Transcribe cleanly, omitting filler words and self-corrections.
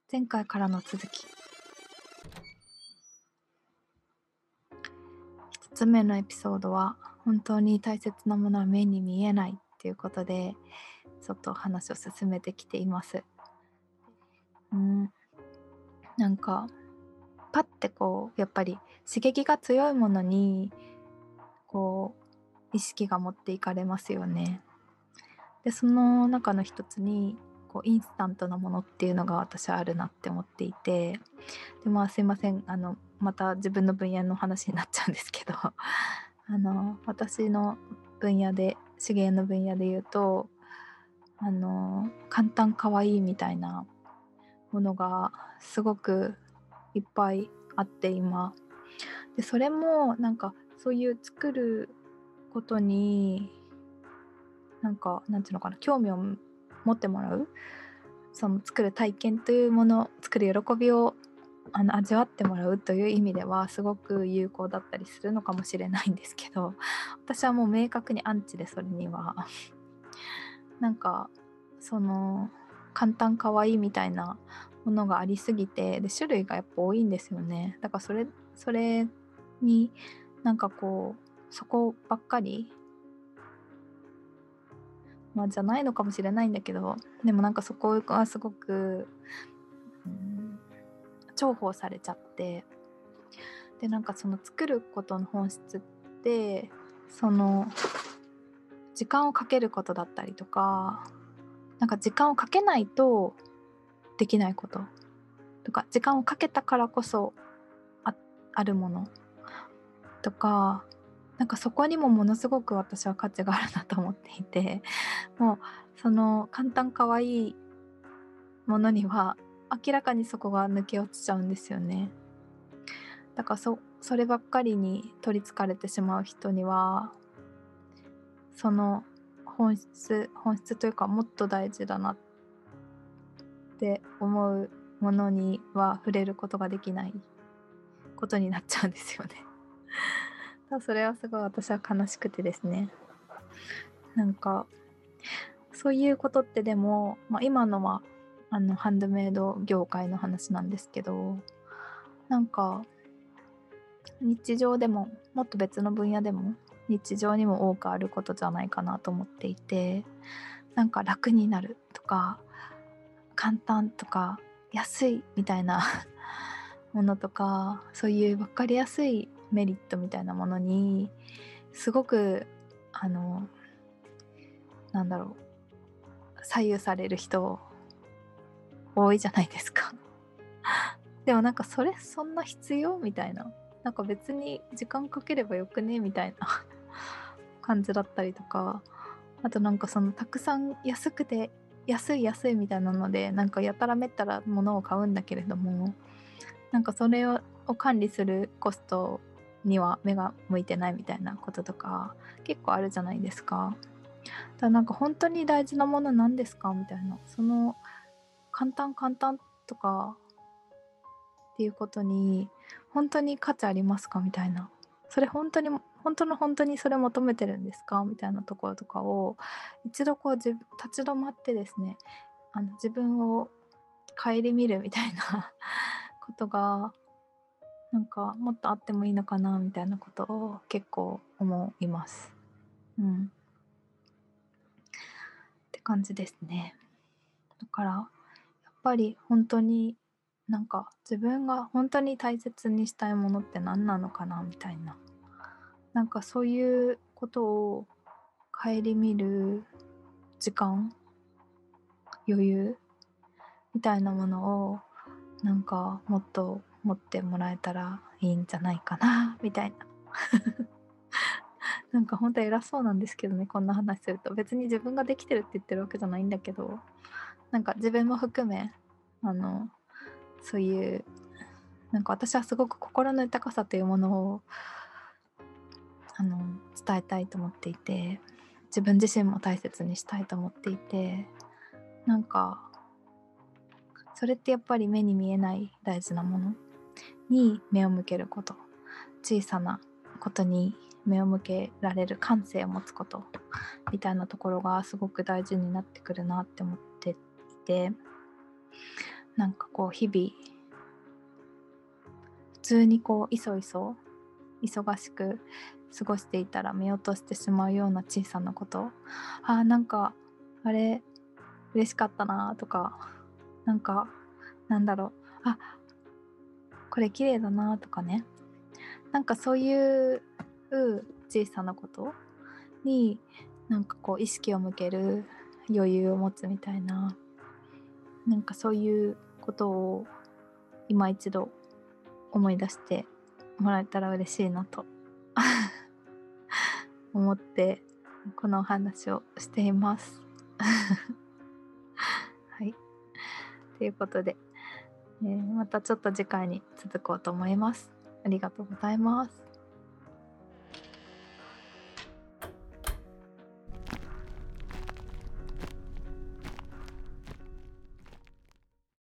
前回からの続き。一つ目のエピソードは本当に大切なものは目に見えないっていうことでちょっと話を進めてきています。なんかパッてこうやっぱり刺激が強いものにこう意識が持っていかれますよね。でその中の一つにこうインスタントなものっていうのが私はあるなって思っていて、で、すいません、また自分の分野の話になっちゃうんですけど私の分野で手芸の分野で言うと簡単可愛いみたいなものがすごくいっぱいあって今で、それもなんかそういう作ることになんていうのかな、興味を持ってもらう、その作る体験というもの、作る喜びを味わってもらうという意味ではすごく有効だったりするのかもしれないんですけど、私はもう明確にアンチで、それにはなんかその簡単可愛いみたいなものがありすぎて、で種類がやっぱ多いんですよね。だからそれにこうそこばっかり、じゃないのかもしれないんだけど、でもそこがすごく、重宝されちゃって、でその作ることの本質ってその時間をかけることだったりとか、時間をかけないとできないこととか、時間をかけたからこそあるものとか、そこにもものすごく私は価値があるなと思っていて、もうその簡単可愛いものには明らかにそこが抜け落ちちゃうんですよね。だからそればっかりに取り憑かれてしまう人には、その本質というか、もっと大事だなって思うものには触れることができないことになっちゃうんですよね。それはすごい私は悲しくてですね。そういうことってでも、今のはハンドメイド業界の話なんですけど、日常でももっと別の分野でも日常にも多くあることじゃないかなと思っていて、楽になるとか簡単とか安いみたいなものとか、そういう分かりやすいメリットみたいなものにすごくなんだろ左右される人多いじゃないですか。でもそんな必要みたいな、別に時間かければよくねみたいな感じだったりとか、あとそのたくさん安くて安い安いみたいなのでやたらめったら物を買うんだけれども、それを管理するコストには目が向いてないみたいなこととか結構あるじゃないですか。本当に大事なものなんですかみたいな、その簡単簡単とかっていうことに本当に価値ありますかみたいな、それ本当に本当にそれ求めてるんですかみたいなところとかを一度こう立ち止まってですね、自分を顧みるみたいなことがもっとあってもいいのかなみたいなことを結構思います。って感じですね。だからやっぱり本当に自分が本当に大切にしたいものって何なのかなみたいな、そういうことを顧みる時間、余裕みたいなものをもっと持ってもらえたらいいんじゃないかなみたいな。本当偉そうなんですけどね、こんな話すると。別に自分ができてるって言ってるわけじゃないんだけど、自分も含めそういう私はすごく心の豊かさというものを伝えたいと思っていて、自分自身も大切にしたいと思っていて、それってやっぱり目に見えない大事なものに目を向けること、小さなことに目を向けられる感性を持つことみたいなところがすごく大事になってくるなって思っていて、 なんかこう日々普通にこう忙しく過ごしていたら見落としてしまうような小さなこと、なんかあれ嬉しかったなとか、なんかなんだろう、これ綺麗だなとかね、なんかそういう小さなことになんかこう意識を向ける余裕を持つみたいな、なんかそういうことを今一度思い出してもらえたら嬉しいなと思ってこのお話をしています。はい。ということで、またちょっと次回に続こうと思います。ありがとうございます。